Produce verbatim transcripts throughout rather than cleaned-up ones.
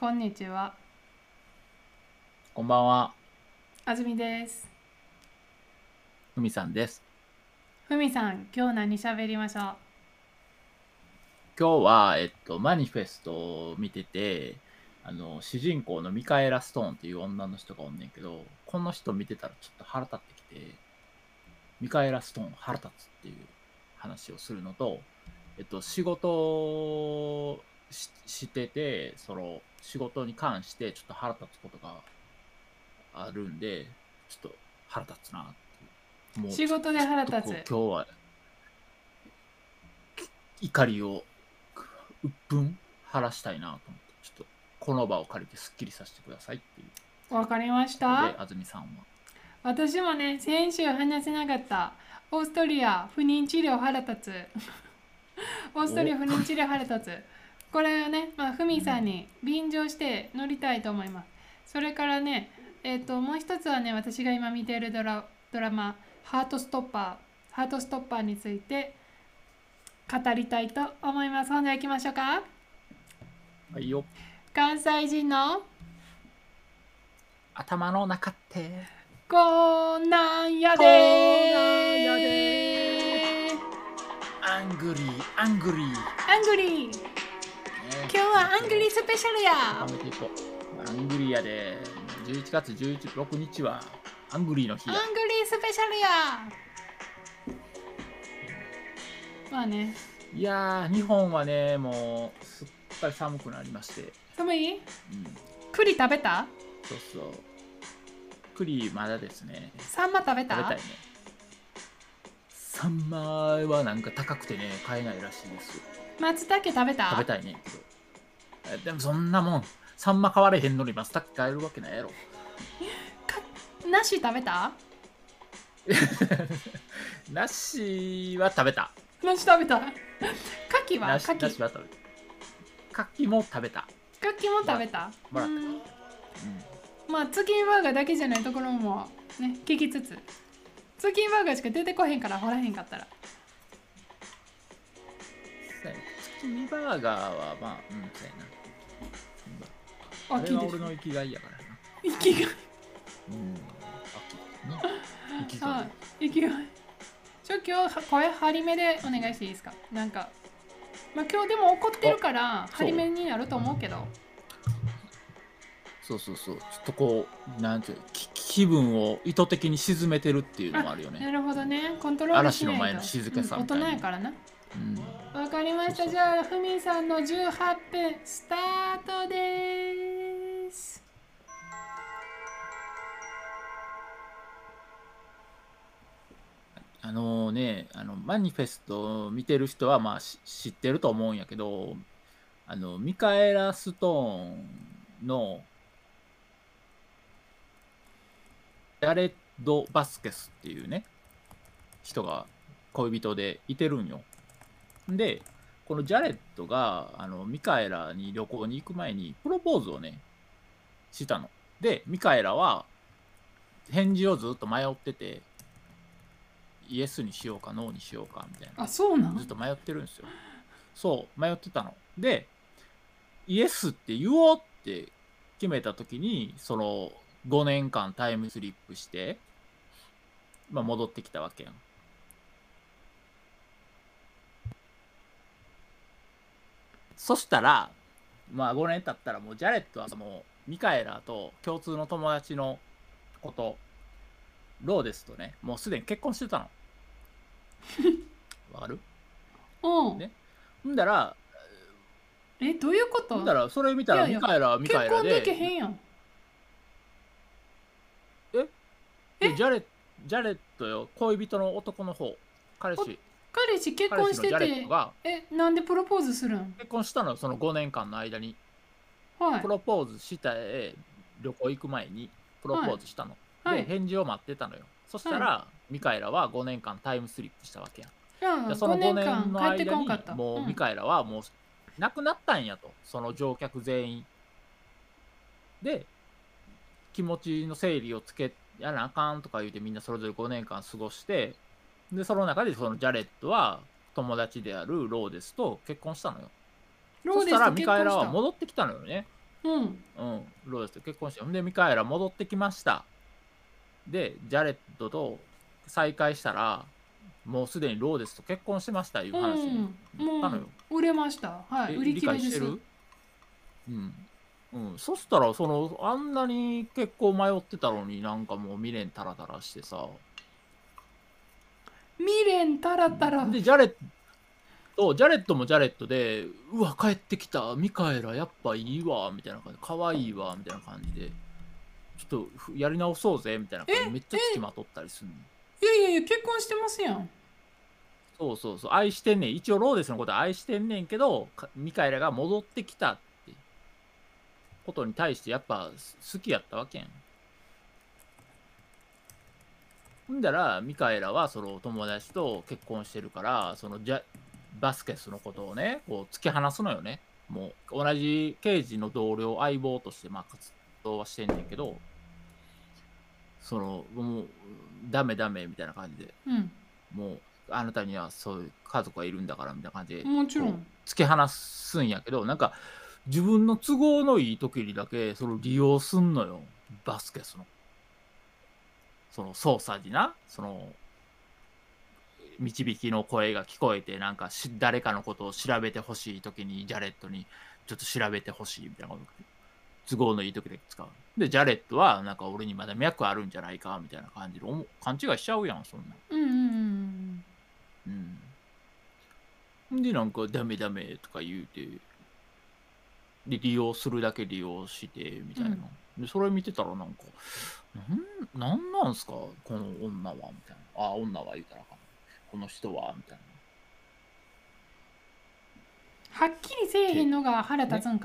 こんにちは。 こんばんは、 あずみです。 ふみさんです。 ふみさん、今日何喋りましょ今日は、えっと、マニフェストを見てて、あの、主人公のミカエラ・ストーンっていう女の人がおんねんけど、この人見てたらちょっと腹立ってきて、ミカエラ・ストーン腹立つっていう話をするのと、えっと、仕事をししてて、その、仕事に関してちょっと腹立つことがあるんで、ちょっと腹立つなっていう。 う。 もうちょ、 仕事でちょっとこう、 腹立つ。 今日は怒りを鬱憤晴らしたいなと思って、ちょっとこの場を借りてすっきりさせてくださいっていうわかりましことで、 た。 安住さんは。 私もね、先週話せなかった。オーストリア不妊治療腹立つ。オーストリお、 ア不妊治療腹立つ。これをね、まあ、ふみさんうん、 に便乗して乗りたいと思います。それからね、えっ、と、もう一つはね、私が今見ているドラドラマ、ハートストッパー、ハートストッパーについて語りたいと思います。ほんでは行きましょうか。 はいよ。 関西人の頭の中ってこんなんやでこうなんやでー。 アングリーアングリー、ね、 アングリー。今日はアングリースペシャルや。 高めていこう。アングリーやで。じゅういちがつじゅうろくにちはアングリーの日や。 アングリースペシャルや。まあね。 いやー、日本はね、もうすっかり寒くなりまして、 寒い？ うん、 栗食べた？ そうそう。栗まだですね。 サンマ食べた？ 食べたいね。サンマはなんか高くてね、買えないらしいです。 松茸食べた？ 食べたいねんけど。えでもそんなもん、サンマ買われへんのにマスタッキ買えるわけないやろ。 か梨食べた？ 梨は食べた。 梨食べた？牡蠣は？ 梨牡蠣。 梨は食べた。牡蠣も食べた。 牡蠣も食べた？ もらった。 うん。 うん。 まあチキンバーガーだけじゃないところもね、聞きつつ。チキンバーガーしか出てこへんからほらへんかったら。 そうやね。チキンバーガーはまあ、うん、そうやな。あれ大きいですね。 は俺の生きがいやからな。 生きがい。 うん。秋ね。生きがい。 はい。生きがい。ちょ今日声張り目でお願いしていいですか？なんか、まあ、今日でも怒ってるから張り目になると思うけど。 そうそうそう。ちょっとこう、なんていうき気分を意図的に沈めてるっていうのもあるよね。 なるほどね。コントロールしないと。 嵐の前の静けさうん、大人みたいな。 やからな。 うん。 わかりました。 そうそう。 じゃあ、ふみさんのじゅうはっぷんスタートです。 あのね、あの、マニフェストを見てる人はまあし知ってると思うんやけど、あの、ミカエラ・ストーンのジャレッド・バスケスっていうね、人が恋人でいてるんよ。で、このジャレットが、あの、ミカエラに旅行に行く前にプロポーズをね、したの。で、ミカエラは返事をずっと迷ってて、イエスにしようかノーにしようかみたいな。 あ、そうなの？ ずっと迷ってるんですよ。そう、迷ってたの。で、イエスって言おうって決めた時に、そのごねんかんタイムスリップして、まあ、戻ってきたわけやん。そしたら、まあごねん経ったらもうジャレットはもうミカエラと共通の友達のこと、ローデスとね、もうすでに結婚してたの。わかる？ うん。 ね。んだら、 え、どういうこと？ んだら、それ見たらいやいや、 ミカエラはミ結カエラ婚できで、 へんやん。 ええ、 で、ジャレジャレットよ、恋人の男の方、彼氏、 彼氏結彼婚して氏のジャレットて、 がえ、なんでプロポーズするん？ 結婚したのよ、そのごねんかんの間に。 はい。 プロポーズしたえ、旅行行く前にプロポーズしたの。で、 はい。 返事を待ってたのよ。そしたはい。 ら、ミカエラはごねんかんタイムスリップしたわけやん。 じゃあ、 で、その 5 5 年年の間帰って間に、 こんかった。うん。 もうミカエラはもう亡くなったんやと。その乗客全員。で、気持ちの整理をつけやなあかんとか言うてみんなそれぞれごねんかん過ごして、で、その中でそのジャレットは友達であるローデスと結婚したのよ。そしたらローデスとミカエラは結婚した。 戻ってきたのよね。 うんうん、ローゼスと結婚して、ほんでミカエラ戻ってきました。でジャレットと再会したらもうすでにローゼスと結婚してましたいうう話にんなったのよ。 もう売れました。はい、売りえ理切れです。 解してる？うん。うん、そしたらそのあんなに結構迷ってたのになんかもう未練タラタラしてさ、 未練たらたら。 うん、でジャレットジャレットもジャレットでうわ帰ってきたミカエラやっぱいいわみたいな感じ可愛いわみたいな感じでちょっとふやり直そうぜみたいな感じでめっちゃ付きまとったりするの。 いやいやいや、結婚してますやん。 そうそうそう愛してんねん、一応ローデスのことは愛してんねんけどかミカエラが戻ってきたってことに対してやっぱ好きやったわけやん。ほんだらミカエラはその友達と結婚してるからそのジャバスケスのことをねこう突き放すのよね。もう同じ刑事の同僚相棒としてまあ活動はしてんねんけどそのもうダメダメみたいな感じでうんもうあなたにはそういう家族がいるんだからみたいな感じでこうもちろん。 突き放すんやけどなんか自分の都合のいい時にだけそれを利用すんのよバスケスのその操作時なその導きの声が聞こえてなんかし誰かのことを調べてほしい時にジャレットにちょっと調べてほしいみたいなこと都合のいい時で使う。でジャレットはなんか俺にまだ脈あるんじゃないかみたいな感じで思勘違いしちゃうやんそんな。 うんうんうんうん。でなんかダメダメとか言うてで利用するだけ利用してみたいな。でそれ見てたらなんかなんなんなんすかこの女はみたいな。あ女は言うたらあかん。この人はみたいな。 はっきりせえへんのが腹立つんか、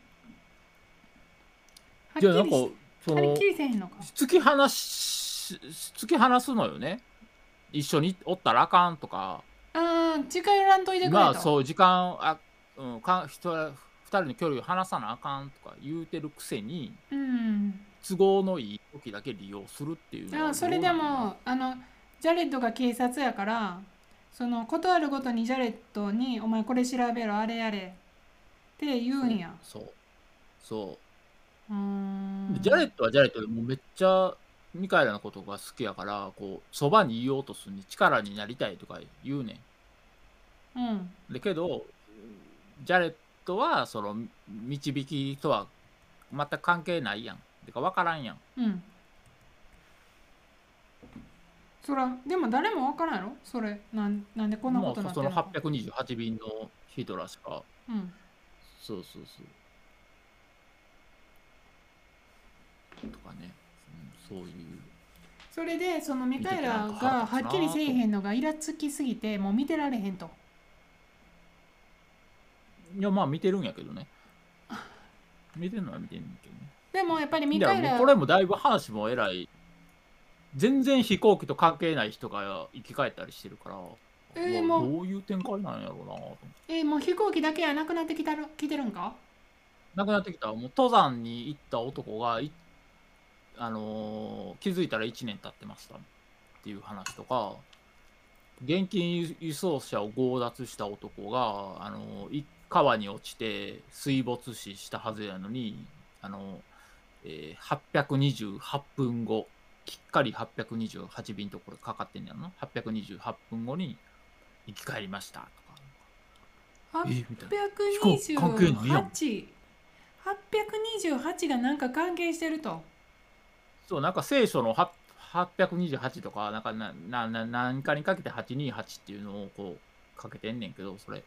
はっきじゃあなんかりしそのはっきりせえへんのか。 突き放し突き放すのよね。一緒におったらあかんとかああ、近寄らんといてくれと。 まあそう時間あ、うん、か人ふたりの距離を離さなあかんとか言うてるくせにうん都合のいい時だけ利用するっていうのはあそれでどうなんや。 もあのジャレットが警察やからその断るごとにジャレットに「お前これ調べろあれやれ」って言うんや。 そうそううーでジャレんットはジャレットでもうめっちゃミカエラのことが好きやからこうそばにいようとするに力になりたいとか言うねうんん。でけどジャレットはその導きとは全く関係ないやん。てか分からんやん。 うんそらでも誰もわからんやろそれなんなんでこんなこもうそのとなってんのか。 はっぴゃくにじゅうはち便のヒトラーしかうんそうそうそうとかね、うん、そういうそれでそのミ見カエラててなんか腹がはっ立つなときりせえへんのがイラつきすぎてもう見てられへんと。 いやまあ見てるんやけどね見てるのは見てるんやけどね。 でもやっぱりミだかカエラらもうこれもだいぶ話もえらい全然飛行機と関係ない人が生き返ったりしてるから、 えー、もうどういう展開なんやろうなと思って。 えー、もう飛行機だけはなくなってきたる来てるんか。 なくなってきたもう登山に行った男がい、あのー気づいたらいちねん経ってましたっていう話とか現金輸送車を強奪した男が、あのーい川に落ちて水没死したはずやのに、あのーえーはっぴゃくにじゅうはっぷんごきっかりはっぴゃくにじゅうはち便とこれかかってんやろな。はっぴゃくにじゅうはっぷんごに生き返りましたとかえみたいな飛行機関係ないやん。 はっぴゃくにじゅうはちがなんか関係してると。 そうなんか聖書のはっぴゃくにじゅうはちとかなんかななな何かにかけてはちにーはちっていうのをこうかけてんねんけどそれ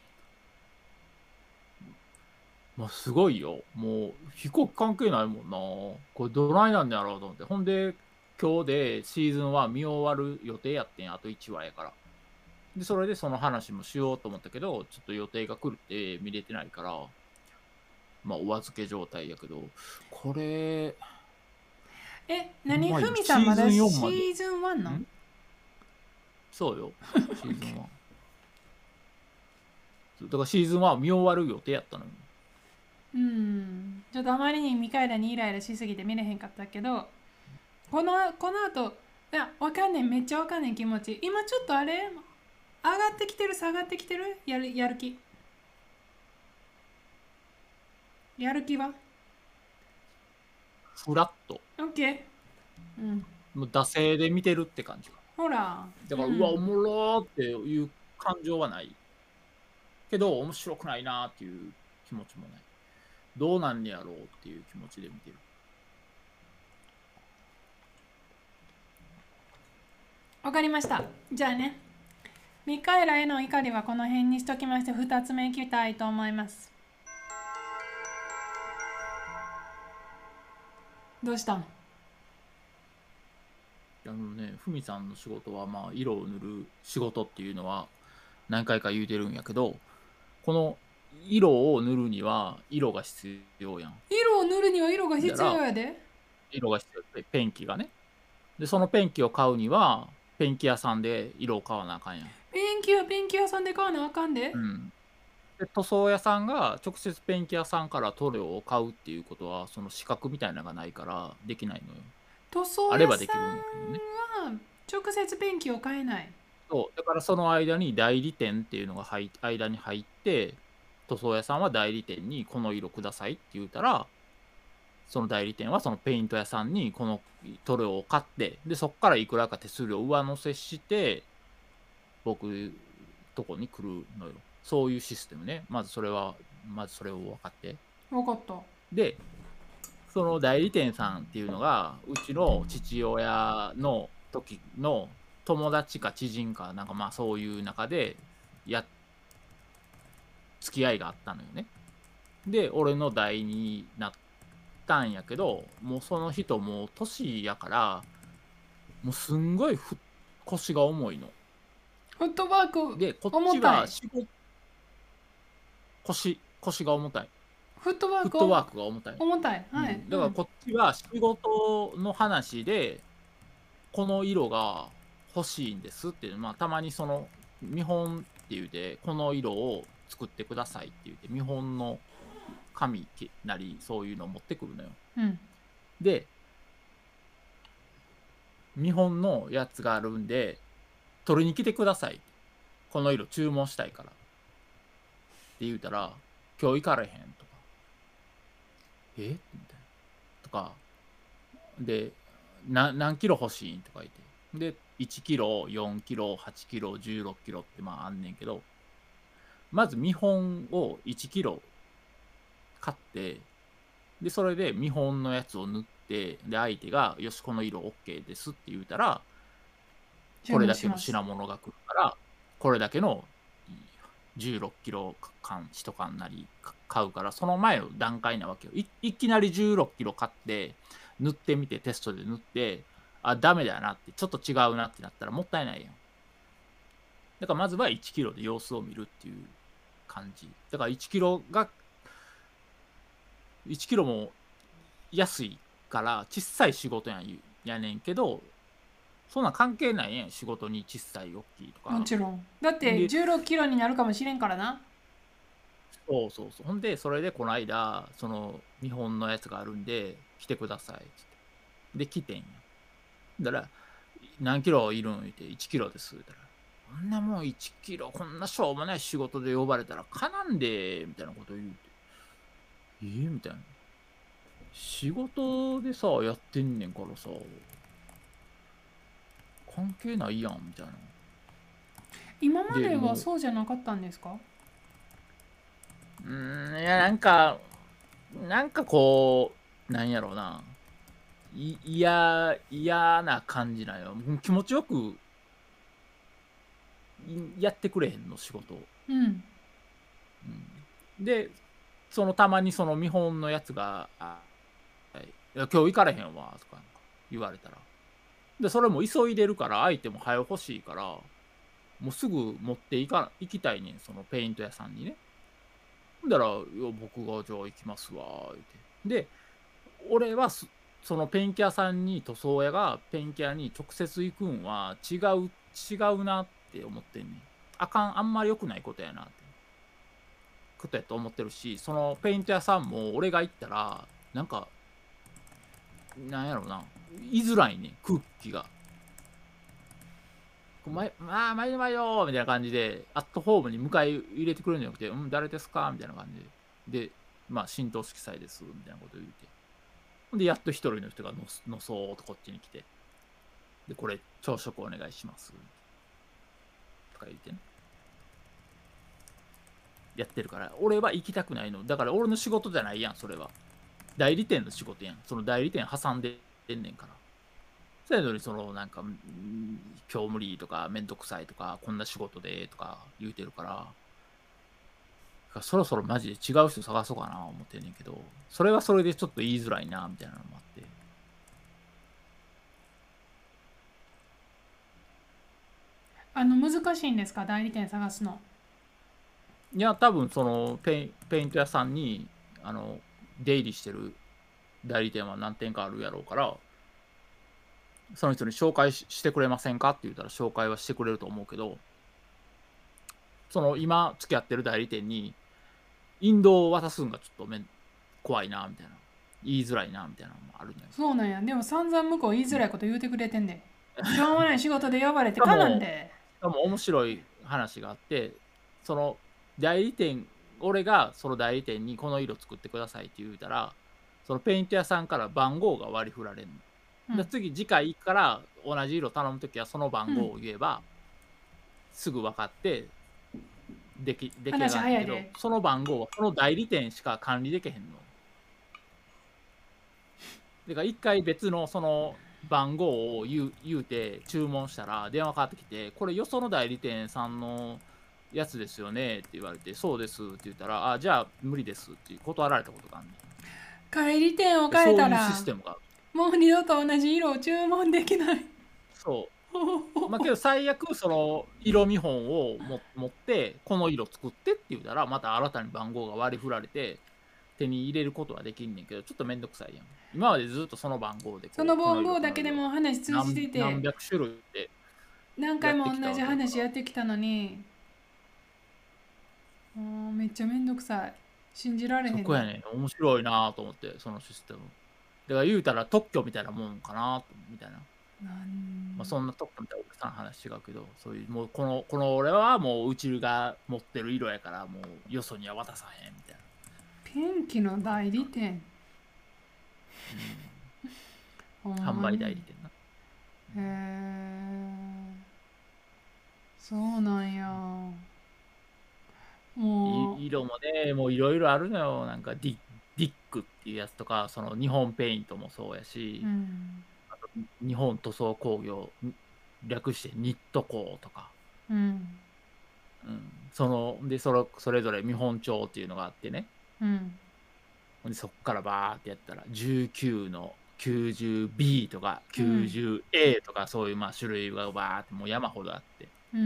まあすごいよもう飛行機関係ないもんなこれどないなんやろうと思ってほんで今日でシーズンワン見終わる予定やってんあといちわやからでそれでその話もしようと思ったけどちょっと予定が来るって見れてないからまあお預け状態やけどこれえ何まあふみさんまだシシーズンよんまでーズンワンなんんそうよシーズンワンだからシーズンワン見終わる予定やったのようんちょっとあまりにミカエラにイライラしすぎて見れへんかったけどこのこの後いやわかんねんめっちゃわかんねん気持ち今ちょっとあれ上がってきてる下がってきてるやるやる気やる気はフラット。 オッケー。うん。 もう惰性で見てるって感じか。 ほら。 だから、 ううわ、おん。 もろーっていう感情はない。けど、面白くないなーっていう気持ちもない。どうなんねやろうっていう気持ちで見てる。 わかりました。じゃあね、ミカエラへの怒りはこの辺にしときまして、ふたつめいきたいと思います。どうしたん？ あのね、ふみさんの仕事は、まあ、色を塗る仕事っていうのは何回か言うてるんやけど、この色を塗るには色が必要やん。 色を塗るには色が必だから、 要やで。 色が必要ペペンキがね。で、そのペンキを買うには、ペンキ屋さんで色を買わなあかんやん。 ペンキはペンキ屋さんで買わなあかんで。 うん。で、塗装屋さんが直接ペンキ屋さんから塗料を買うっていうことは、その資格みたいなのがないからできないのよ。 塗装あれ屋さばできるんやけどね。 んは直接ペンキを買えない。 そう。だからその間に代理店っていうのが入っ間に入って、塗装屋さんは代理店にこの色くださいって言うたら、その代理店はそのペイント屋さんにこの塗料を買って、で、そこからいくらか手数料上乗せして、僕とこに来るのよ。そういうシステムね。まずそれは、まずそれを分かって。 わかった。 で、その代理店さんっていうのが、うちの父親の時の友達か知人か、なんかまあそういう中で、や、付き合いがあったのよね。で、俺の代になったんやけど、もうその人もう年やから、もうすんごいふ腰が重いの。 フットワークで、こっち重たい。 は仕事、腰、腰が重たい。 フットワークフットワークが重たい。 重たい。はい。 うん。だうん。 からこっちは仕事の話で、この色が欲しいんですっていう、まあたまにその、見本って言うて、この色を作ってくださいって言って、見本の紙なり、そういうのを持ってくるのよ。 うん。 で、見本のやつがあるんで、取りに来てください。この色注文したいから。って言うたら、今日行かれへんとか。えみたいな。とか。で、な何キロ欲しいんとか言って。で、いちキロ、よんキロ、はちキロ、じゅうろくキロってまああんねんけど、まず見本をいちキロ買って、で、それで見本のやつを塗って、で、相手が、よし、この色 OK ですって言うたら、 注これ文します。 だけの品物が来るから、これだけのじゅうろくキロ缶、いち缶なり買うから、その前の段階なわけよ。いいきなりじゅうろくキロ買って、塗ってみて、テストで塗って、あ、ダメだなって、ちょっと違うなってなったらもったいないやん。だからまずはいちキロで様子を見るっていう感じ。だからいちキロが、いちキロも安いから、小さい仕事やんやねんけど、そんなん関係ないやん、仕事に小さい、大きいとか。 もちろん。だってで、 じゅうろくキロになるかもしれんからな。 そうそうそう。ほんで、それでこの間、その、見本のやつがあるんで、来てください。つって。で、来てんや。だから、何キロいるん言って、いちキロです。だから、こんなもんいちキロ、こんなしょうもない仕事で呼ばれたら、かなんで、みたいなこと言うて。えー、みたいな。仕事でさ、やってんねんからさ、関係ないやん、みたいな。 今まで、 ではもう、 そうじゃなかったんですか？ うーん、いや、なんか、なんかこう、なんやろうな。い嫌、嫌な感じなんよ。もう気持ちよくいやってくれへんの、仕事を。 うん。 うん、で、そのたまにその見本のやつが、あ、はい、いや今日行かれへんわ、とかなんか言われたら。で、それも急いでるから、相手も早欲しいから、もうすぐ持っていか行きたいねん、そのペイント屋さんにね。ほんだら、いや僕がじゃあ行きますわ、言って。で、俺はそそのペンキ屋さんに塗装屋がペンキ屋に直接行くんは違う、違うなって思ってんねん。あかん、あんまり良くないことやなって。ことやと思ってるし、そのペイント屋さんも俺が行ったら、なんか、なんやろな、居づらいねん、空気が。ま、まあ、毎度毎度みたいな感じで、アットホームに迎え入れてくれるんじゃなくて、うん、誰ですかみたいな感じで。で、まあ、浸透色彩です、みたいなこと言うて。 でやっと一人の人がののそうとこっちに来て、でこれ朝食お願いしますとか言ってね、やってるから、俺は行きたくないの。だから俺の仕事じゃないやん、それは。代理店の仕事やん。その代理店挟んでんねんから。そうやのに、そのなんか、今日無理とか、めんどくさいとか、こんな仕事でとか言うてるから、そろそろマジで違う人探そうかな思ってんねんけど、それはそれでちょっと言いづらいな、みたいなのもあって。 あの難しいんですか、代理店探すの。 いや、多分そのペイン、ペイント屋さんに、あの、出入りしてる代理店は何店かあるやろうから、その人に紹介ししてくれませんかって言ったら紹介はしてくれると思うけど、その今付き合ってる代理店に、引導を渡すんがちょっとめん怖いな、みたいな。言いづらいな、みたいなのもあるのよ。 そうなんや。でも散々向こう言いづらいこと言うてくれてんで。しょうもない仕事で呼ばれてしかかなんも、 で。 しかも面白い話があって、その代理店、俺がその代理店にこの色作ってくださいって言うたら、そのペイント屋さんから番号が割り振られるの。 うんで次、次回から同じ色頼むときはその番号うんを言えば、すぐ分かってでき出来上話がるんだけど、 早いで。 その番号はその代理店しか管理できへんの。だから一回別のその番号を言う言うて注文したら電話かかってきて、これよその代理店さんのやつですよねって言われて、そうですって言ったら、あ、じゃあ無理ですって断られたことがあるね帰り店をん。 変えたらそういうシステムがある。 もう二度と同じ色を注文できない。 そう。まあけど最悪その色見本をも持ってこの色作ってって言ったらまた新たに番号が割り振られて手に入れることはできんねんけど、ちょっとめんどくさいやん。今までずっとその番号でこそのうこの番号だ色この色けでも話通じてて何何百種類で何回やっても同じきたわけだから。 話やってきたのに、もうめっちゃめんどくさい。信じられへんで。 そこやねん、面白いなと思って、そのシステム。だから言うたら特許みたいなもんかなみたいな。 なんまあ、そんな特許みたいな大きさの話違うけど、そういうもうこのこの俺はもううちが持ってる色やからもうよそには渡さへんみたいな。 ペンキの代理店。ほうん、 んまに。 販売代理店な。 へえ。そうなんや。もい色もね、もういろいろあるのよ。なんかディディックっていうやつとか、その日本ペイントもそうやう、うし、 ん。 あと日本塗装工業、ん略してニット工とか、 うん。 うん、そのでそれそれぞれ見本帳っていうのがあってね、 うん。 でそっからバーってやったらじゅうきゅうの きゅうじゅうビー とかうん。 きゅうじゅうエー とかそういうまあ種類がバーってもう山ほどあって、 うん。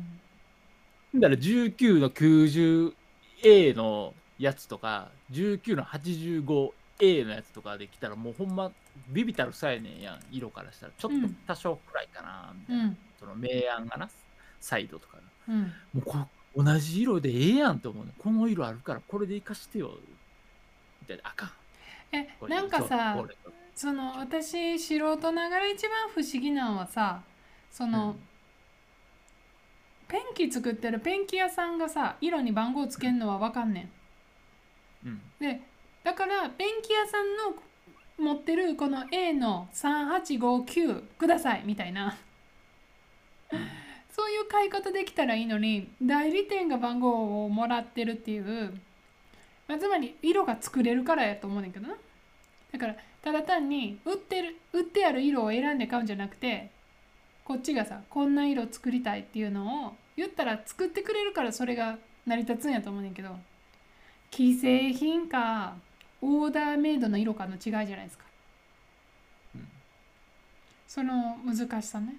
だからじゅうきゅうの きゅうじゅうエー のやつとかじゅうきゅうの はちじゅうごエー のやつとかできたらもうほんまビビたるさやねんやん、色からしたらちょっとうん多少暗いかなみたいな、 うんその明暗がなサイドとかがうん。 もうこ同じ色でええやんと思うね。この色あるからこれで活かしてよみたいな。あかん、 え、 これなんかそうさ、 これその私素人ながら一番不思議なのはさ、その、 うんペンキ作ってるペンキ屋さんがさ、色に番号つけんのはわかんねうんん。で、だからペンキ屋さんの持ってるこの A のさんはちごきゅうくださいみたいな、 うんそういう買い方できたらいいのに、代理店が番号をもらってるっていう、まあ、つまり色が作れるからやと思うねんけどな。だからただ単に売ってる売ってある色を選んで買うんじゃなくて、こっちがさ、こんな色作りたいっていうのを言ったら作ってくれるから、それが成り立つんやと思うねんけど、既製品かオーダーメイドの色かの違いじゃないですか。 うんその難しさね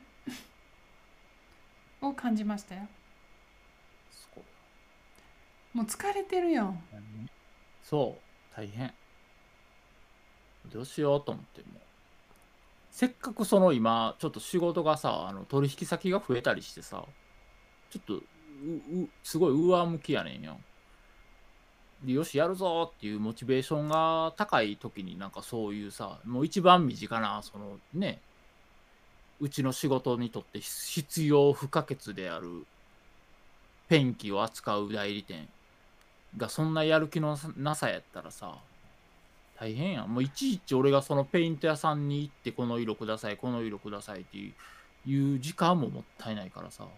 を感じましたよ。 そうもう疲れてるよ。 そう大変。どうしようと思ってもせっかくその今ちょっと仕事がさ、あの取引先が増えたりしてさ、ちょっとううすごい上向きやねんやん。でよしやるぞっていうモチベーションが高い時になんかそういうさ、もう一番身近なそのね、うちの仕事にとって必要不可欠であるペンキを扱う代理店がそんなやる気のなさやったらさ、 大変やん。もういちいち俺がそのペイント屋さんに行ってこの色ください、この色くださいっていういう時間ももったいないからさ。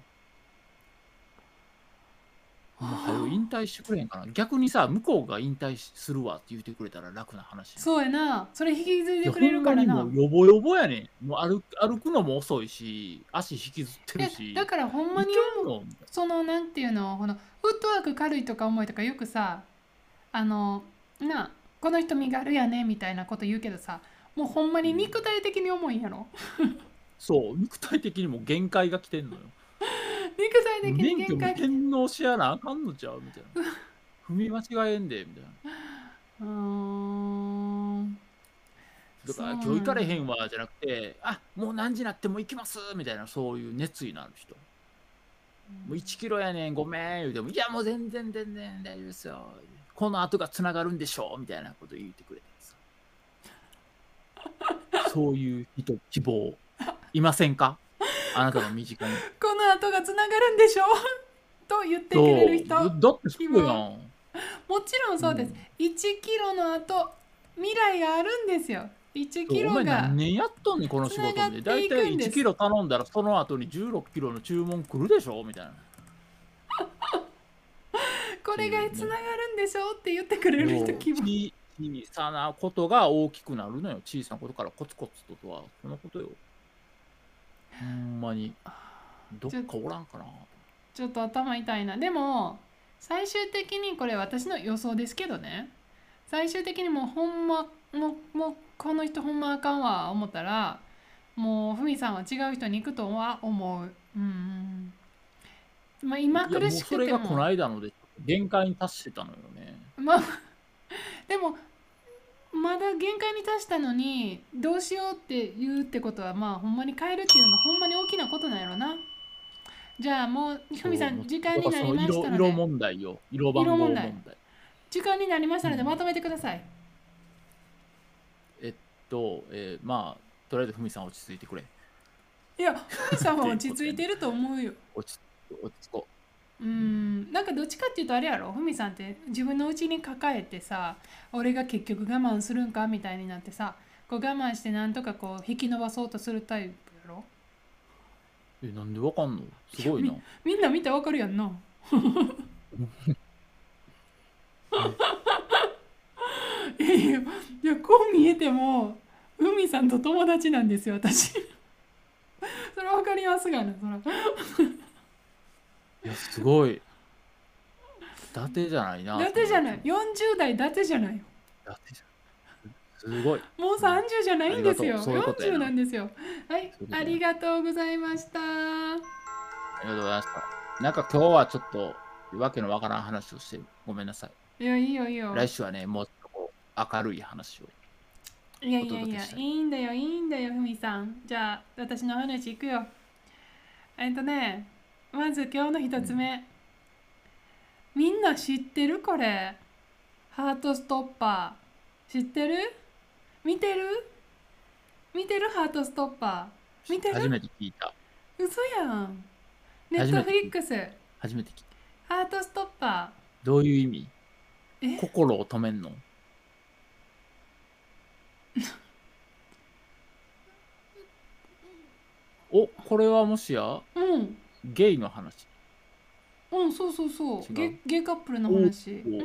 もうはよ引退してくれへんかな。逆にさ、向こうが引退しするわって言ってくれたら楽な話やん。 そうやな。それ引き継いいや、 でくれるほんまにもからな。 うヨボヨボやねん。もう歩く歩くのも遅いし、足引きずってるえ、だし、 からほんまいけに思う。 んのみたいその、なんていうの、この、フットワーク軽いとか重いとかよくさ、あの、な、この人身軽やねみたいなこと言うけどさ、もうほんまにな。うん。 肉体的に重いんやろ。 そう、肉体的にも限界が来てんのよ。 肉体的に免許も限界来て。 返納しやなあかんのちゃうみたいな。踏み間違えんでみたいな。 うーん。 だそうから今日行かれへなんんわじゃなくて、あもう何時になっても行きますみたいな、そういう熱意のある人。もういちキロやねん、ごめん言うても、いやもう全然全然大丈夫ですよ。この後がつながるんでしょうみたいなこと言ってくれてさ。そういう人、希望、いませんか、あなたの身近に。 この後がつながるんでしょと言ってくれるそう、 人、 だってそ希望。 うやん。 もちろんそうです。 うん。 いちキロの後、未来があるんですよ。いちキそうお前ロが何年やっとんねん、このつながっ仕事で。だていいたい1 くんです。 キロ頼んだらその後にじゅうろっキロの注文来るでしょみたいな。っこれがていうね。 つながるんでしょって言ってくれる人、 そう、 希望。 ち小さなことが大きくなるのよ。小さなことからコツコツととは、そのことよ。ほんまに、どっちょかおらんかな。 ちょっと頭痛いな。でも、最終的にこれ私の予想ですけどね。最終的にもうほんま、もう、もうこの人ほんまあかんわ思ったら、もうふみさんは違う人に行くとは思う。うん。まあ今いや、 苦しもうそれがこのくても、 間ので、限界に達してたのよね。 まあでもまだ限界に達したのにどうしようって言うってことはまあほんまに変えるっていうのがほんまに大きなことなんやろな。じゃあもうふみそう、もう、 さん時間だからそのになりまし色色たので、 問題よ。色番色問題号問題。 時間になりましたのでまうん。 とめてください。 えっと、えーまあ、とりあえずふみさん落ち着いてくれ。 いやふみさんっては落いうことやね。 ち着いてると思うよ。 落ち落ち着こうーんなんかどっちかっていうとあれやろ、ふみさんって自分のうちに抱えてさ、俺が結局我慢するんかみたいになってさ、こう我慢してなんとかこう引き伸ばそうとするタイプやろ。 う。え、なんでわかんの、 いやみすごいな。 みんな見てわかるやんな。 え、 いやいや、いやこう見えてもふみさんと友達なんですよ私。それわかりますがな、そら。 いや、すごい。伊達じゃない伊な、 達じゃない。 友達も。 よんじゅう代伊達じゃないよ。 伊達じゃん。すごい。 もううん。 さんじゅうじゃないありがとう。 んですよ。 そういうことやよんじゅうなな。 んですよ。はい、ありそういうことやな。 がとうございました。 ありがとうございました。なんか今日はちょっとわけのわからん話をしてごめんなさい。 いや、いいよいいよ。 来週はね、もうちょっとこう明るい話をいやおいやいや、 届けしたい。 いいんだよ、いいんだよ、ふみさん。じゃあ、私の話いくよ。えっとね、まず今日の一うん。 つ目。みんな知ってるこれ。ハートストッパー。知ってる？見てる？見てるハートストッパー。見てる？ 初めて聞いた。 嘘やん。ネットフ初めて聞いた。 リックス。 初めて聞いた。 ハートストッパどういう意味？ ー。え心を止めんの？お、これはもしやうん。 ゲイの話？ うん、そうそうそう。 違う。 ゲ、ゲイカップルのおお、 話。うん。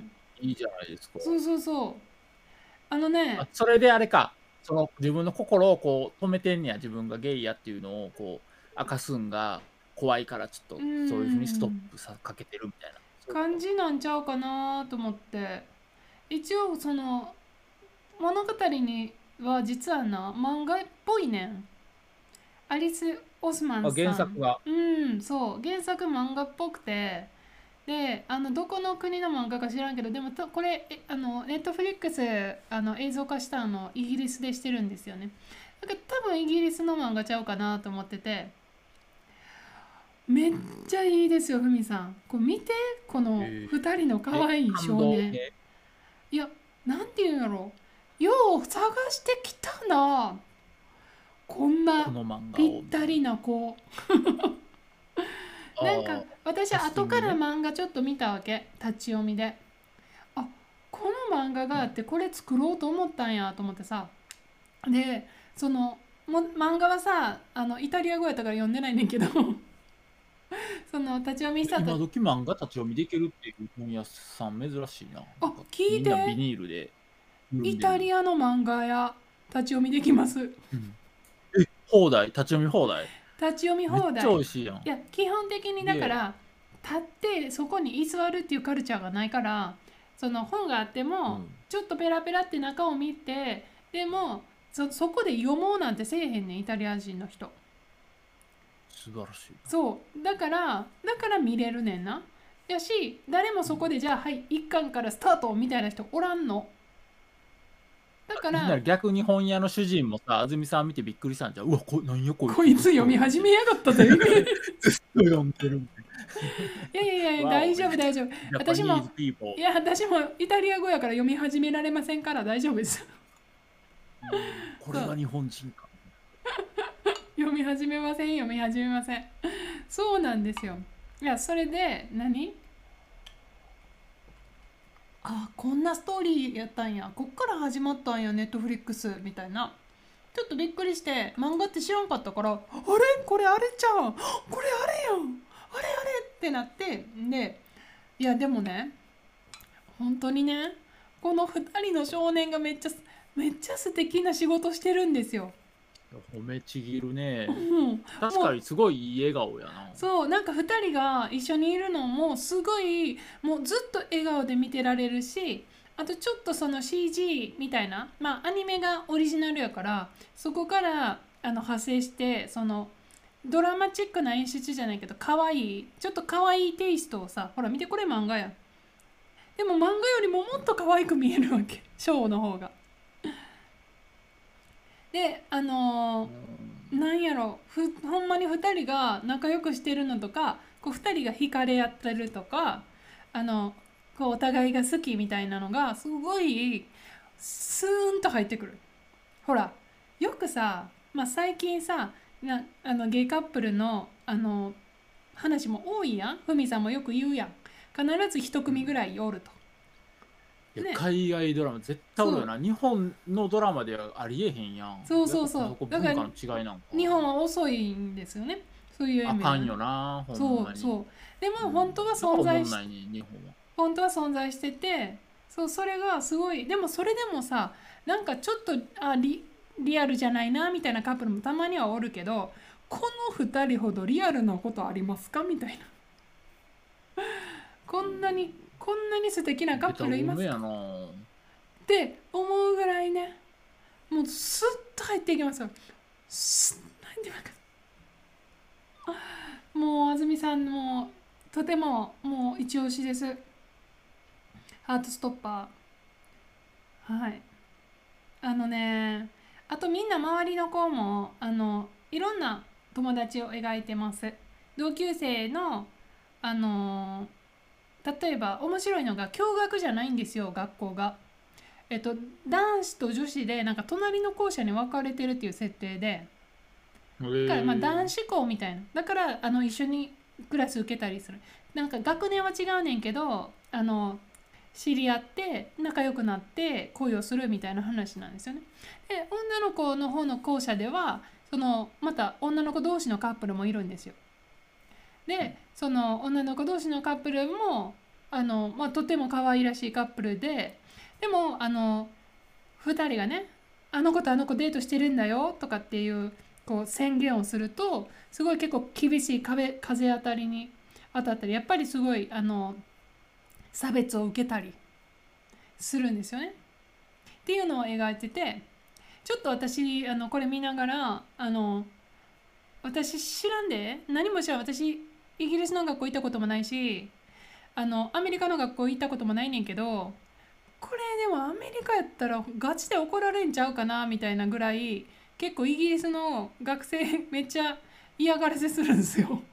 いいじゃないですか。 そうそうそう。あのあ、 ね、 それであれか。その自分の心をこう止めてんねや。自分がゲイやっていうのをこう明かすんが怖いからちょっうとそういうふうにストッん。 プさかけてるみたいな。そういうこと？ 感じなんちゃうかなと思って。一応その物語には実はな漫画っぽいねん。アリス・オスマンあ、原さん。 作が。 うんそう、原作漫画っぽくて、であのどこの国の漫画か知らんけど、でもとこれえあのネットフリックスあの映像化したのイギリスでしてるんですよね。だから多分イギリスの漫画ちゃうかなと思ってて、めっちゃいいですよ、ふみさん。こう見て、このえふたりのー、え、 可愛い感少年。 動系？ いや、なんていうんやろう。よう探してきたな。こんなこの漫画ぴっをみたいな。 たりな子。なんかああ、 私キャスティ後からングね。 漫画ちょっと見たわけ。立ち読みで。あ、この漫画があってこれ作ろうと思ったんやと思ってさ。でそのも漫画はさあのイタリア語やったから読んでないねんけどその立ち読みした今と時漫画立ち読みできるっていう本屋さん珍しいな。なあんか聞いみんなビてニールで読んイでる。 タリアの漫画や立ち読みできます。 うんえ、放題立ち読み放題立ち読みめっちゃ美放題。 味しいやん。 いや基本的にだかで、 ら立ってそこに居座るっていうカルチャーがないからその本があってうもん、 ちょっとペラペラって中を見てでもそ、そこで読もうなんてせえへんねんイタリア人の人。 素晴らしいな。 そうだからだから見れるねんな。やし誰もそこでじゃあはい一巻からスタートみたいな人おらんの。だかなんならら逆に本屋の主人もさ、安住さん見てびっくりしたんじゃん。うわ、こなんやこいつ。 こいつ読み始めやがったぜずっと読んでるみたいいやいやいやわお大丈夫大丈夫。 な。 私も Japanese people いや私もイタリア語やから読み始められませんから大丈夫です。 うんこれが日本人か。 読み始めません読み始めません。そうなんですよ。いやそれで何あこんなストーリーやったんやこっから始まったんやネットフリックスみたいなちょっとびっくりして漫画って知らんかったからあれこれあれじゃんこれあれやんあれあれってなってでいやでもね本当にねこのふたりの少年がめっちゃめっちゃ素敵な仕事してるんですよ。 褒めちぎるね。 うん、 確かにすごいいい笑顔やな。 そうなんかふたりが一緒にいるのもすごいもうずっと笑顔で見てられるしあとちょっとその シージー みたいなまあアニメがオリジナルやからそこからあの派生してそのドラマチックな演出じゃないけど可愛いちょっと可愛いテイストをさほら見てこれ漫画やでも漫画よりももっと可愛く見えるわけショーの方がであのー、なんやろふほんまにふたりが仲良くしてるのとかこうふたりが惹かれ合ってるとかあのこうお互いが好きみたいなのがすごいスーンと入ってくる。ほらよくさ、まあ、最近さなあのゲイカップルのあの話も多いやん。ふみさんもよく言うやん。必ず一組ぐらいおると。 いやね、 海外ドラマ絶対おるよな。日本のドラマではありえへんやん。 そうそうそうやっぱそこ文化の違いなんか。 日本は遅いんですよね。そういう意味であかんよな、ほんそまに。 うそうでもうん本当は存在し、 だからおもんないね日本は。 本当は存在しててそうそれがすごいでもそれでもさなんかちょっとあ リ, リアルじゃないなみたいなカップルもたまにはおるけどこのふたりほどリアルなことありますかみたいなこんなにこんなに素敵なカップルいますかベタ褒めやな。 って思うぐらいねもうスッと入っていきますよスッと入っていきますもう安住さんもとてももう一押しです。ハートストッパーはいあのねあとみんな周りの子もあのいろんな友達を描いてます。同級生のあの例えば面白いのが共学じゃないんですよ学校が。えっと男子と女子でなんか隣の校舎に分かれてるっていう設定でだからまあ男子校みたいなだからあの一緒にクラス受けたりするなんか学年は違うねんけどあの知り合って仲良くなって恋をするみたいな話なんですよね。で女の子の方の校舎ではそのまた女の子同士のカップルもいるんですよ。でその女の子同士のカップルもあの、まあ、とても可愛らしいカップルででもあのふたりがねあの子とあの子デートしてるんだよとかっていうこう宣言をするとすごい結構厳しい壁風当たりに当たったりやっぱりすごいあの差別を受けたりするんですよね。っていうのを描いててちょっと私あのこれ見ながらあの私知らんで何も知らん私イギリスの学校行ったこともないしあのアメリカの学校行ったこともないねんけどこれでもアメリカやったらガチで怒られんちゃうかなみたいなぐらい結構イギリスの学生めっちゃ嫌がらせするんですよ。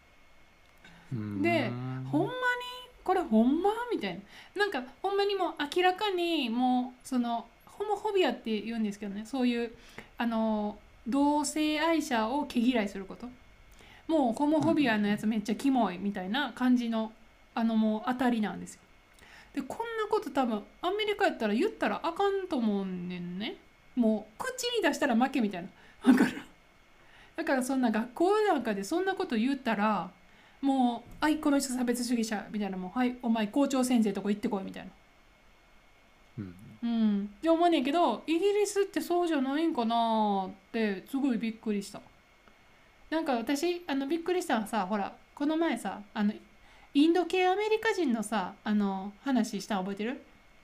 でほんまにこれほんまみたいななんかほんまにもう明らかにもうそのホモフォビアって言うんですけどねそういうあの同性愛者を毛嫌いすることもうホモフォビアのやつめっちゃキモいみたいな感じのあのもう当たりなんですよ。 でこんなこと多分アメリカやったら言ったらあかんと思うねんね。もう口に出したら負けみたいな。だからだからそんな学校なんかでそんなこと言ったらもう「はいこの人差別主義者」みたいな、もう「はいお前校長先生とこ行ってこい」みたいな。 うんうんって思うねんけど、イギリスってそうじゃないんかなってすごいびっくりした。なんか私あのびっくりしたのはさ、ほらこの前さあのインド系アメリカ人のさあの話したの覚えてる？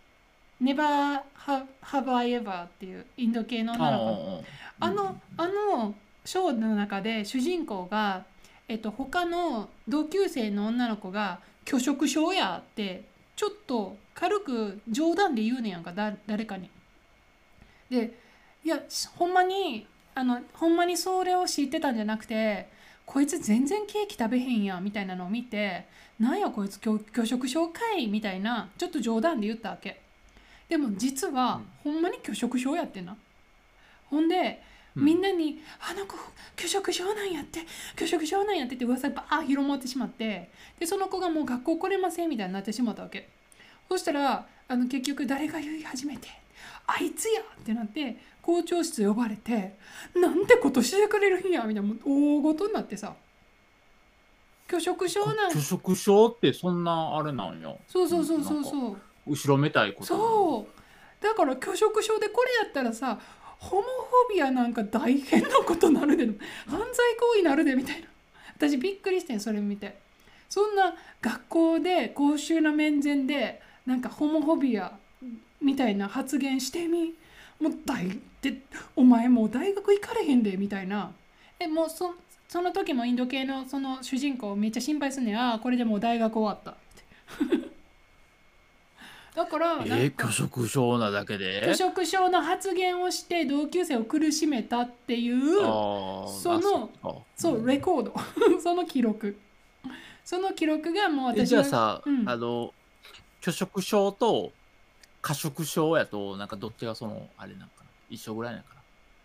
Never have, have I ever っていうインド系のあ女の子のああのあのショーの中で主人公が、えっと、他の同級生の女の子が拒食症やってちょっと軽く冗談で言うねやんか、だ誰かに。でいやほんまにあのほんまにそれを知ってたんじゃなくて、こいつ全然ケーキ食べへんやんみたいなのを見て、なんやこいつ拒拒食症かいみたいなちょっと冗談で言ったわけ。でも実はうんほんまに拒食症やってんな。ほんでうんみんなに「あの子拒食症なんやって拒食症なんやって」って噂がバーッ広まってしまって、でその子がもう学校来れませんみたいになってしまったわけ。そしたらあの結局誰が言い始めてあいつやってなって校長室呼ばれて、なんてことしてくれるんやみたいな、もう大ごとになってさ、拒食症なん拒食症ってそんなあれなんや。 そうそうそうそうなんかそう後ろめたいことなんや。 そうだから拒食症でこれやったらさ、ホモフォビアなんか大変なことなるで、犯罪行為なるでみたいな。私びっくりしてんそれ見て。そんな学校で公衆の面前でなんかホモフォビアみたいな発言してみ、もう大でお前もう大学行かれへんでみたいな。えもうそその時もインド系のその主人公めっちゃ心配すんねん。ああこれでもう大学終わったってだからなんえー、 か拒食症なだけ拒で食症の発言をして同級生を苦しめたっていうあーあ、そそのっか。 そううんレコードその記録その記録がもうえ、 私がじゃあさ、 うんあの、拒食症と過食症やと、なんかどっちがその、あれなんかな。一緒ぐらいなんか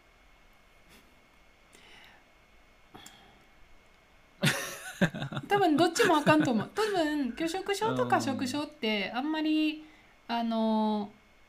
多分どっちもあかんと思う。多分拒食症とな。 過食症ってあんまりあの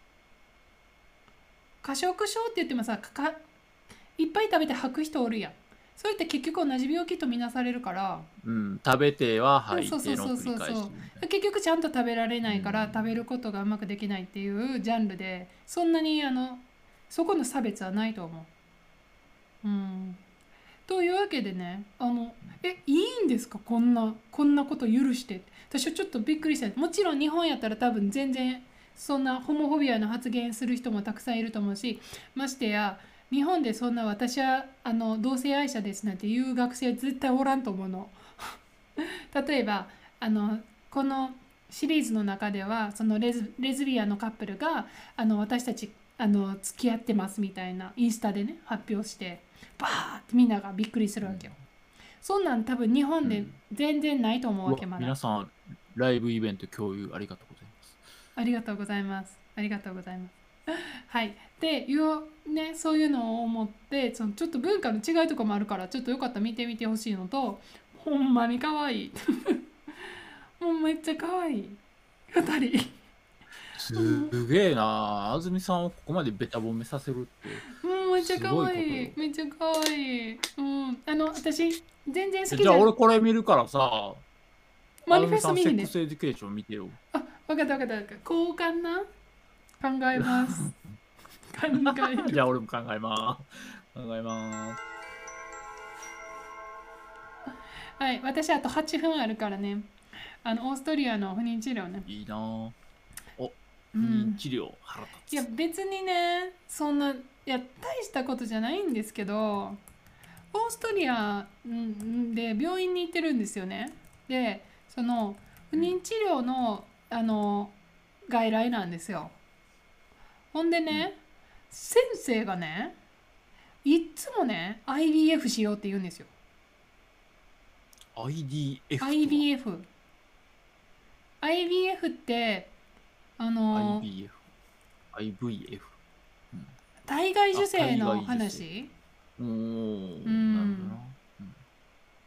過食症って言ってもさかいっぱい食べて吐く人おるやん。それって結局同じ病気とみなされるから、 うん、食べては吐いそうそうてのそうそうそう繰り返しみたいな。 結局ちゃんと食べられないからうん食べることがうまくできないっていうジャンルで、そんなにあのそこの差別はないと思う。うんというわけでね、あのえいいんですか、こんなこんなこと許してって。私はちょっとびっくりした。もちろん日本やったら多分全然そんなホモフォビアの発言する人もたくさんいると思うし、ましてや日本でそんな私はあの同性愛者ですなんていう学生は絶対おらんと思うの。例えばあのこのシリーズの中ではそのレズ、レズビアンのカップルがあの私たちあの付き合ってますみたいなインスタでね発表してバーってみんながびっくりするわけよ。そんなん多分日本で全然ないと思ううわわけまだ。 皆さん、ライブイベント共有ありがとうございます。 ありがとうございます。ありがとうございます。はい。っていうね、そういうのを思って、そのちょっと文化の違いとかもあるから、ちょっとよかったら見てみてほしいのと、ほんまに可愛い。もうめっちゃ可愛い。二人。 すげえな。安住さんをここまでベタ褒めさせるって。 もうめっちゃ可すごい愛い。 ことめっちゃ可愛い。うん。あの、私、全然好きじゃあじゃん。 俺これ見るからさ、 マニフェスト見ひんね。 セックスエデュケーション見てよ。 あ、わかったわかったわかった。交換な。考えます。考える。 じゃあ俺も考えます。考えます。 はい。私あとはちふんあるからね。あの、オーストリアの不妊治療ね。 いいなぁ。お、 う不妊ん。 治療腹立つ。 いや別にねそんないや大したことじゃないんですけど、オーストリアんで病院に行ってるんですよね。でその不妊治療のあの外来なんですよ。ほんでうん。 ね先生がねいっつもね アイブイエフ しようって言うんですよ。 アイディーエフ とはアイビーエフ アイビーエフ ってあのアイビーエフ。アイブイエフ。うん、 体外受あ、 精体の外受精。 話。 おー、 うなるほどんな。うん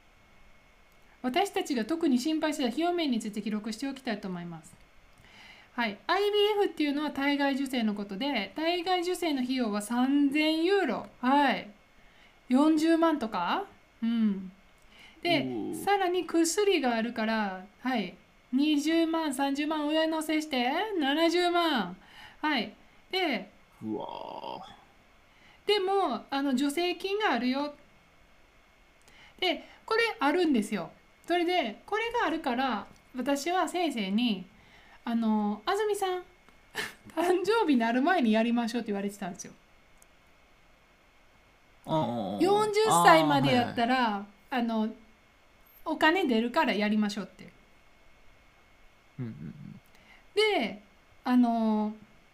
私たちが特に心配した費用面について記録しておきたいと思います。 はい、アイビーエフ っていうのは体外受精のことで、体外受精の費用はさんぜんユーロ、はい、よんじゅうまんとか、うん、でさらに薬があるから、はい、にじゅうまんさんじゅうまん上乗せしてななじゅうまん、はい、でうわでもあの助成金があるよ。でこれあるんですよ。それでこれがあるから私は先生にあの安住さん誕生日になる前にやりましょうって言われてたんですよ。 ーよんじゅっさいまでやっら。 たらあのお金出るからやりましょうって。 うんうんうんであの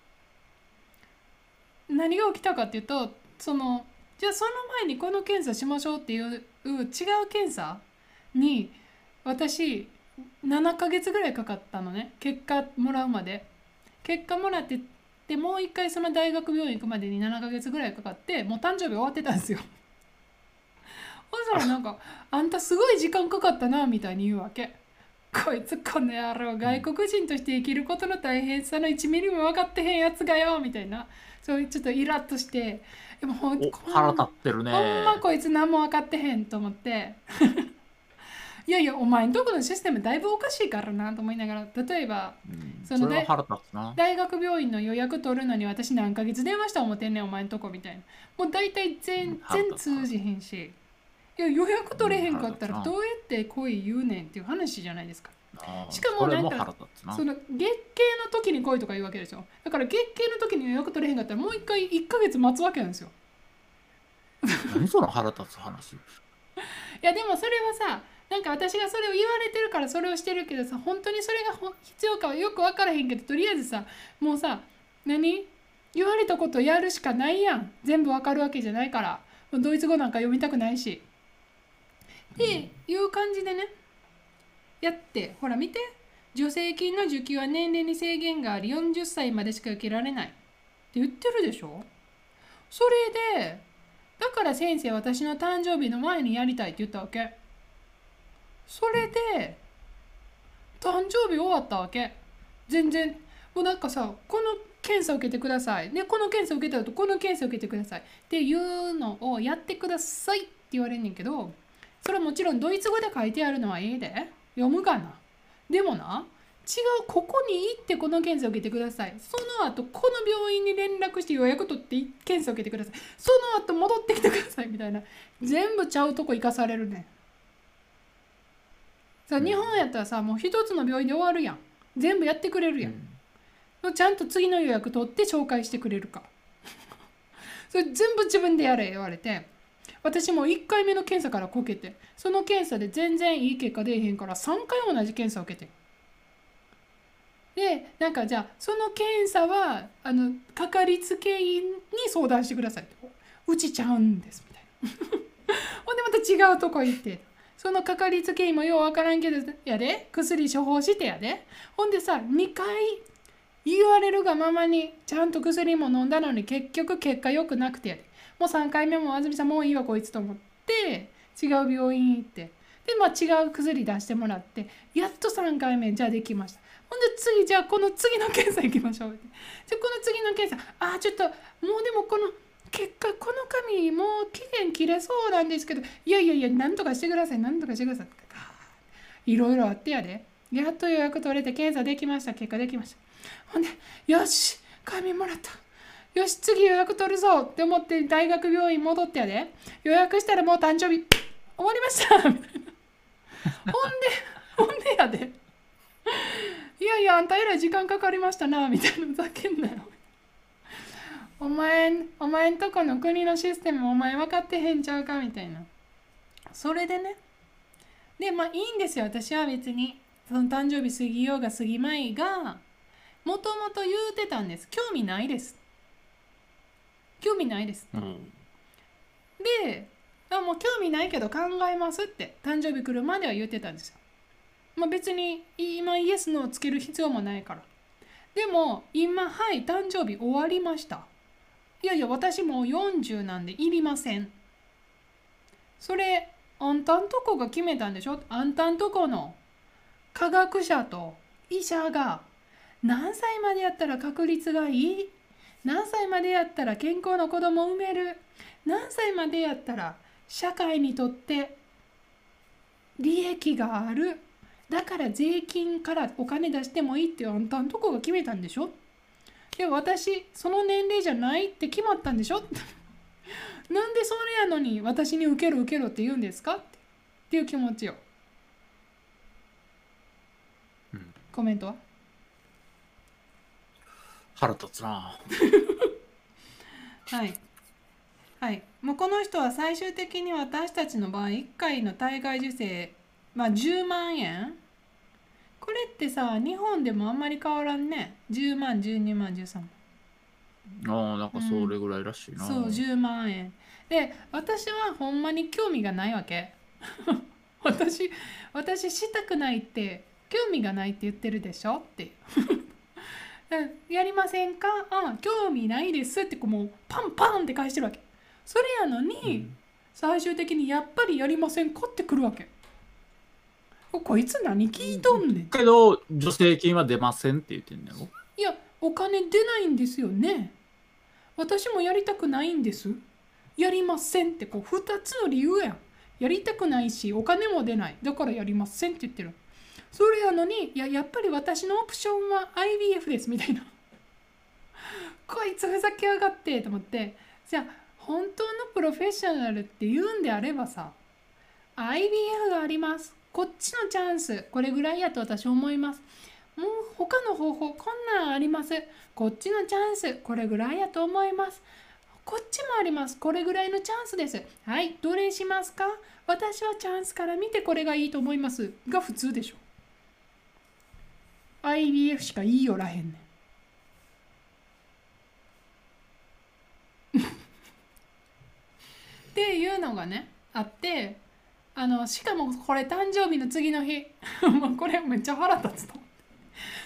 何が起きたかっていうと、そのじゃあその前にこの検査しましょうっていう違う検査に私ななかげつぐらいかかったのね、結果もらうまで。結果もらってでもう一回その大学病院行くまでにななかげつぐらいかかって、もう誕生日終わってたんですよ。ほんならなんか「あんたすごい時間かかったな」みたいに言うわけ。こいつこの野郎外国人として生きることの大変さのいちミリも分かってへんやつがよみたいな、そういうちょっとイラッとして、でもほんお腹立ってるほんね。 まこいつ何も分かってへんと思っていやいやお前んとこのシステムだいぶおかしいからなと思いながら、例えばうんその大それは腹立つな。 大学病院の予約取るのに私何ヶ月電話した思ってんねんお前んとこみたいな。もう大体全然通じへんし、いや予約取れへんかったらどうやって来い言うねんっていう話じゃないですか。しかもなんかその月経の時に来いとか言うわけですよ。だから月経の時に予約取れへんかったらもう一回いっかげつ待つわけなんですよ。 何その腹立つ話。 いやでもそれはさ、なんか私がそれを言われてるからそれをしてるけどさ、本当にそれが必要かはよく分からへんけど、とりあえずさもうさ何言われたことやるしかないやん。全部分かるわけじゃないから、もうドイツ語なんか読みたくないしっていう感じでねやって、ほら見て、助成金の受給は年齢に制限がありよんじゅっさいまでしか受けられないって言ってるでしょ。それでだから先生私の誕生日の前にやりたいって言ったわけ。それで誕生日終わったわけ。全然もうなんかさ、この検査を受けてください、ね、この検査を受けた後この検査を受けてくださいっていうのをやってくださいって言われんねんけど、それはもちろんドイツ語で書いてあるのはいいで読むかな。でもな違う、ここに行ってこの検査を受けてください、その後この病院に連絡して予約取って検査を受けてください、その後戻ってきてくださいみたいな、全部ちゃうとこ行かされるねん。さ日本やったらさもう一つの病院で終わるやん、全部やってくれるやん、うん、ちゃんと次の予約取って紹介してくれるかそれ全部自分でやれ言われて、私もいっかいめの検査からこけて、その検査で全然いい結果出えへんからさんかい同じ検査を受けて、でなんかじゃあその検査はあのかかりつけ医に相談してくださいって、うちちゃうんですみたいなほんでまた違うとこ行って、そのかかりつけ医もようわからんけどやで薬処方してやで、ほんでさにかい言われるがままにちゃんと薬も飲んだのに結局結果良くなくてやで、もうさんかいめも安住さんもういいわこいつと思って違う病院行って、でまあ違う薬出してもらってやっとさんかいめじゃあできました。ほんで次じゃあこの次の検査行きましょうって、じゃあこの次の検査あちょっともうでもこの結果この紙もう期限切れそうなんですけど、いやいやいやなんとかしてくださいなんとかしてください、いろいろあってやでやっと予約取れて検査できました、結果できました。ほんでよし紙もらった、よし次予約取るぞって思って大学病院戻ってやで、予約したらもう誕生日終わりましたみたいなほんでほんでやでいやいやあんたえらい時間かかりましたなみたいな、ふざけんなよお前お前んとこの国のシステムお前分かってへんちゃうかみたいな。それでね、でまあいいんですよ、私は別にその誕生日過ぎようが過ぎまいがもともと言うてたんです。興味ないです、興味ないです、うん、であもう興味ないけど考えますって誕生日来るまでは言ってたんですよ。まあ、別に今イエスノーつける必要もないから。でも今はい誕生日終わりました、いやいや私もうよんじゅうなんでいりません、それあんたんとこが決めたんでしょ、あんたんとこの科学者と医者が何歳までやったら確率がいい、何歳までやったら健康な子供を産める、何歳までやったら社会にとって利益がある、だから税金からお金出してもいいってあんたんとこが決めたんでしょ。で私その年齢じゃないって決まったんでしょなんでそれやのに私に受けろ受けろって言うんですかってっていう気持ちよ。 うん、 コメントは腹立つな。 はいはい、もうこの人は最終的に私たちの場合いっかいの体外受精、まあ、じゅうまんえん、これってさ日本でもあんまり変わらんね。じゅうまん、じゅうにまん、じゅうさんまん。 ああ、なんかそれぐらいらしいな。 そう、じゅうまんえんで、私はほんまに興味がないわけ私私したくないって興味がないって言ってるでしょってやりませんか、あ興味ないですってこうもうパンパンって返してるわけ。それやのに、うん、最終的にやっぱりやりませんかってくるわけ。こいつ何聞いとんねん。 けど助成金は出ませんって言ってんだろ。 いやお金出ないんですよね。私もやりたくないんです。やりませんってこうふたつの理由やん。やりたくないしお金も出ないだからやりませんって言ってる。それやのにいややっぱり私のオプションは アイビーエフ ですみたいなこいつふざけやがってと思って、じゃあ本当のプロフェッショナルって言うんであればさ アイビーエフ があります、こっちのチャンスこれぐらいやと私思います、もう他の方法こんなんあります、こっちのチャンスこれぐらいやと思います、こっちもありますこれぐらいのチャンスです、はいどれしますか、私はチャンスから見てこれがいいと思いますが普通でしょ。 アイビーエフ しか言いよらへんねんっていうのがねあって、あのしかもこれ誕生日の次の日もうこれめっちゃ腹立つと思って、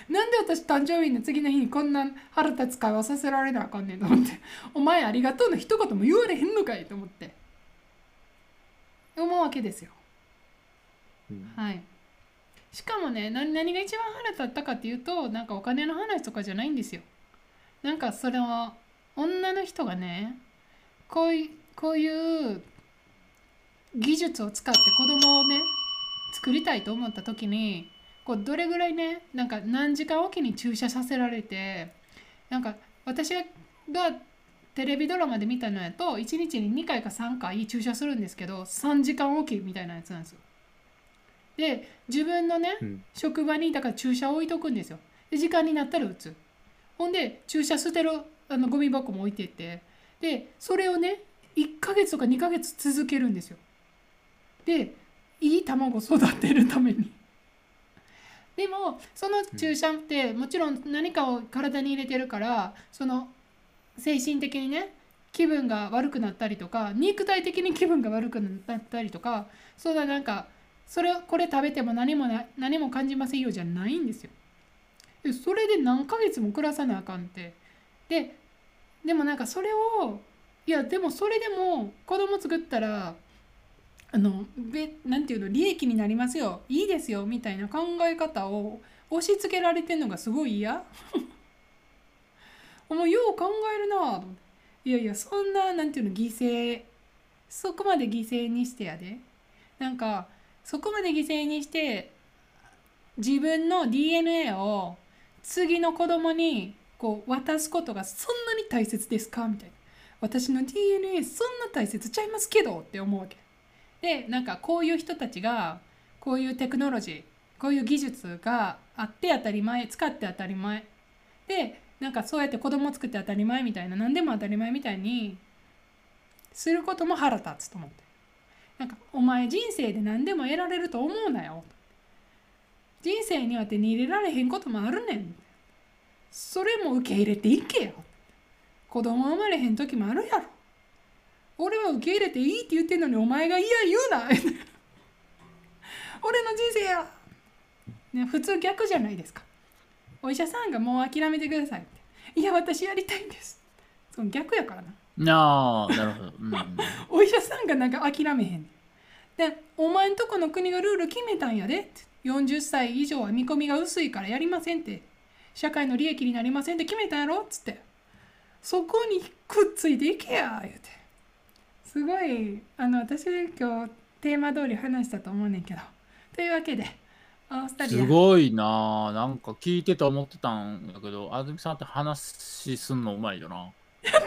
なんで私誕生日の次の日にこんな腹立つ会話させられなあかんねんと思って、お前ありがとうの一言も言われへんのかいと思って思うわけですよ、うん、はい。しかもね、何、何が一番腹立ったかっていうと、なんかお金の話とかじゃないんですよ。なんかそれは女の人がね、こういうこういう技術を使って子供をね作りたいと思った時に、こうどれぐらいね、なんか何時間おきに注射させられて、なんか私がテレビドラマで見たのやといちにちににかいかさんかい注射するんですけど、さんじかんおきみたいなやつなんですよ。で自分のね、うん、職場にだから注射を置いとくんですよ。で時間になったら打つ。ほんで注射捨てるあのゴミ箱も置いてってでそれをねいっかげつとかにかげつ続けるんですよ。でいい卵を育てるためにでもその注射ってもちろん何かを体に入れてるから、その精神的にね気分が悪くなったりとか肉体的に気分が悪くなったりとか、そうだなんかそれこれ食べても何もな何も感じませんよじゃないんですよ。でそれで何ヶ月も暮らさなあかんって。ででもなんかそれをいやでもそれでも子供作ったらあのべなんていうの利益になりますよいいですよみたいな考え方を押し付けられてんのがすごい嫌もうよう考えるなぁ。いやいやそんななんていうの犠牲そこまで犠牲にしてやで、なんかそこまで犠牲にして自分の ディーエヌエー を次の子供にこう渡すことがそんなに大切ですかみたいな、私の ディーエヌエー そんな大切ちゃいますけどって思うわけで、なんかこういう人たちがこういうテクノロジーこういう技術があって当たり前使って当たり前で、なんかそうやって子供を作って当たり前みたいな何でも当たり前みたいにすることも腹立つと思って、なんかお前人生で何でも得られると思うなよ、人生には手に入れられへんこともあるねん、それも受け入れていけよ、子供生まれへん時もあるやろ、俺は受け入れていいって言ってんのにお前が嫌言うな俺の人生や、ね、普通逆じゃないですか。お医者さんがもう諦めてくださいって、いや私やりたいんです、その逆やからな。 ああなるほど、うん、 お医者さんがなんか諦めへんで、お前んとこの国がルール決めたんやで、よんじゅっさい以上は見込みが薄いからやりませんって、 社会の利益になりませんって決めたやろっつって、そこにくっついていけや言うて、すごいあの私今日テーマ通り話したと思うねんけど、というわけでオーストリアすごいなあ、なんか聞いてて思ってたんだけど、あずみさんって話すんのうまいよな。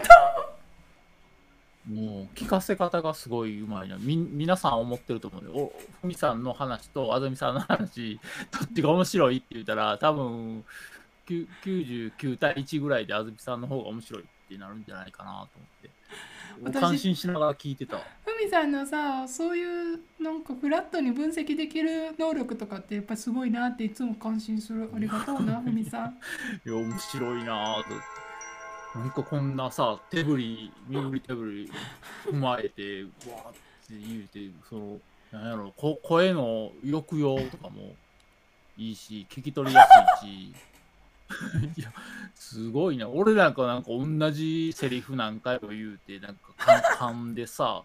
もう聞かせ方がすごいうまいな。み皆さん思ってると思うよ。おふみさんの話とあずみさんの話、どっちが面白いって言ったら、多分きゅきゅうじゅうきゅうたいいちぐらいであずみさんの方が面白いってなるんじゃないかなと思って。 私感心しながら聞いてた。 ふみさんのさ、そういうなんかフラットに分析できる能力とかってやっぱすごいなっていつも感心する。ありがとうな、ふみさん。 いや、面白いなぁと。なんかこんなさ、手振り、身振り手振り踏まえて、わーって言うて、その、なんやろ、こ声の抑揚とかもいいし、聞き取りやすいし。いや、すごいな。俺なんかなんか同じセリフ何回も言うて、なんかカンカンでさ。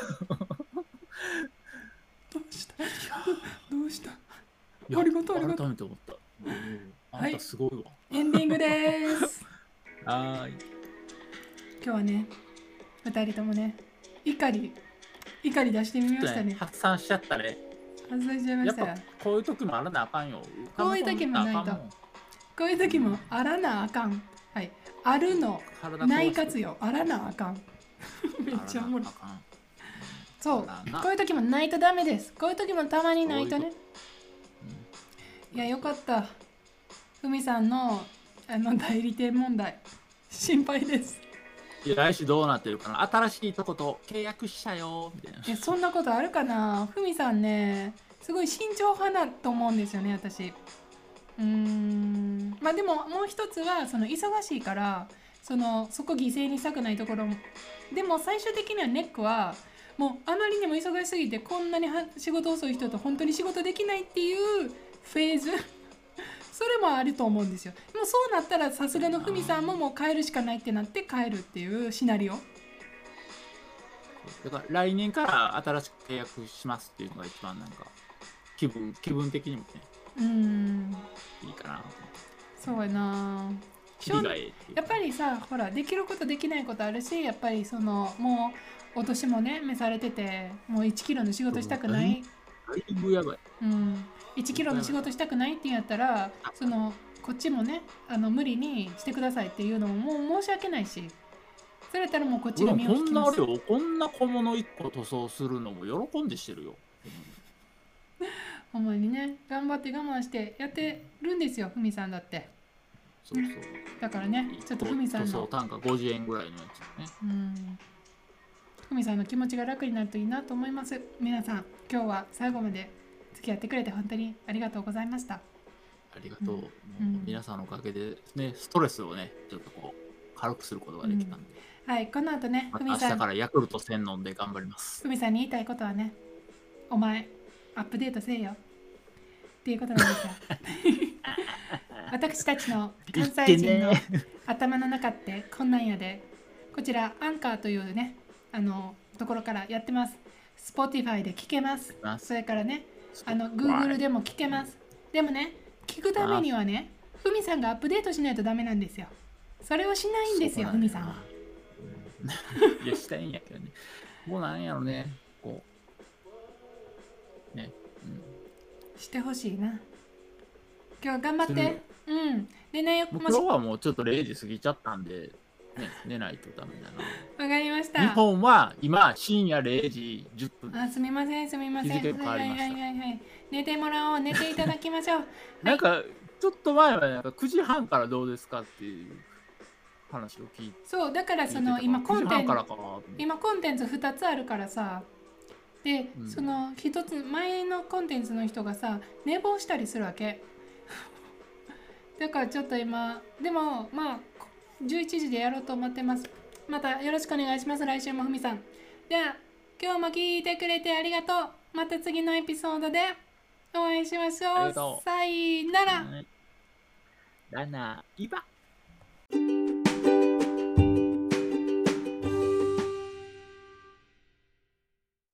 どうしたどうしたいやありがとうありがとう。 改めて思った。うんあんたすごいわ。 エンディングです。 はーい。 今日はね、二人ともね、怒り、怒り出してみましたね。 発散しちゃったね。 発散しちゃいまやっぱしたよ。 こういう時もあらなあかんよ。 こういう時もないとあかんもんこういう時もあらなあかん。はい。あるの、 体ない壊す活用、あらなあかん。めっちゃおもろいあ。らなあかんそうあらなこういう時もないとダメです。こういう時もたまにないとね。 うんいや、よかった。ふみさんのあの代理店問題、心配です。 いや来週どうなってるかな。新しいとこと契約したよみたいな。 え、そんなことあるかな。ふみさんね、すごい慎重派だと思うんですよね、私。うーん。まあでももう一つはその忙しいからそのそこ犠牲にしたくないところも。でも最終的にはネックはもうあまりにも忙しすぎてこんなには仕事遅い人と本当に仕事できないっていうフェーズそれもあると思うんですよ。でもそうなったらさすがのふみさんももう変えるしかないってなって変えるっていうシナリオ。 だから来年から新しく契約しますっていうのが一番なんか気分気分的にもねうーんいいかなと思って。 そうやな。 切りがええっていうかやっぱりさ、ほらできることできないことあるし、やっぱりそのもうお年もね召されてて、もういちキロの仕事したくないだいぶやばい。 うん、いちキロの仕事したくないって言うんやったら、そのこっちもねあの無理にしてくださいっていうのももう申し訳ないし、それやったらもうこっち俺もが身をこんなあれ引きます。 よ、こんな小物一個塗装するのも喜んでしてるよ。 ほんまにね、頑張って我慢してやってるんですよ、ふみさんだって。 そうそう。 だからね、ちょっとふみさん塗装の単価ごじゅうえんぐらいのやつね。 うんふみさんの気持ちが楽になるといいなと思います。皆さん、今日は最後まで付き合ってくれて本当にありがとうございました。 ありがとう。 うんもううん皆さんのおかげでね、ストレスをね、ちょっとこう軽くすることができたんで、 はい、この後ね、 まふみさん、 た明日からヤクルトせん飲んで頑張ります。 ふみさんに言いたいことはね、お前、アップデートせえよ。っていうことなんですよ。私たちの関西人の頭の中ってこんなんやで、こちらアンカーというね、あのところからやってます。Spotify で聞けます。それからね、あの Google でも聞けます。でもね、聞くためにはね、ふみさんがアップデートしないとダメなんですよ。それをしないんですよ、ふみさんは。 いや、したいんやけどね。もうなんやろね、こう。ね。うん、 してほしいな。今日頑張っするて。うん。でね、 もうもし今日はもうちょっとれいじ過ぎちゃったんで、ね、寝ないとダメだな。 わかりました。 日本は今深夜れいじじゅっぷん。 あ、すみません、すみません。 日付変わりましたはいはいはいはい。寝てもらおう、寝ていただきましょう。 なんかちょっと前はなんかくじはんからどうですかっていう話を聞いて、 そう、だからその聞いてた今コンテくじはんンツからかなと思って。 今コンテンツふたつあるからさ。で、 うんそのひとつ前のコンテンツの人がさ、寝坊したりするわけ。だからちょっと今、でもまあじゅういちじでやろうと思ってます。またよろしくお願いします。来週もふみさん。では今日も聞いてくれてありがとう。また次のエピソードでお会いしましょう。 ありがとうさよなら。 はいラナーイバ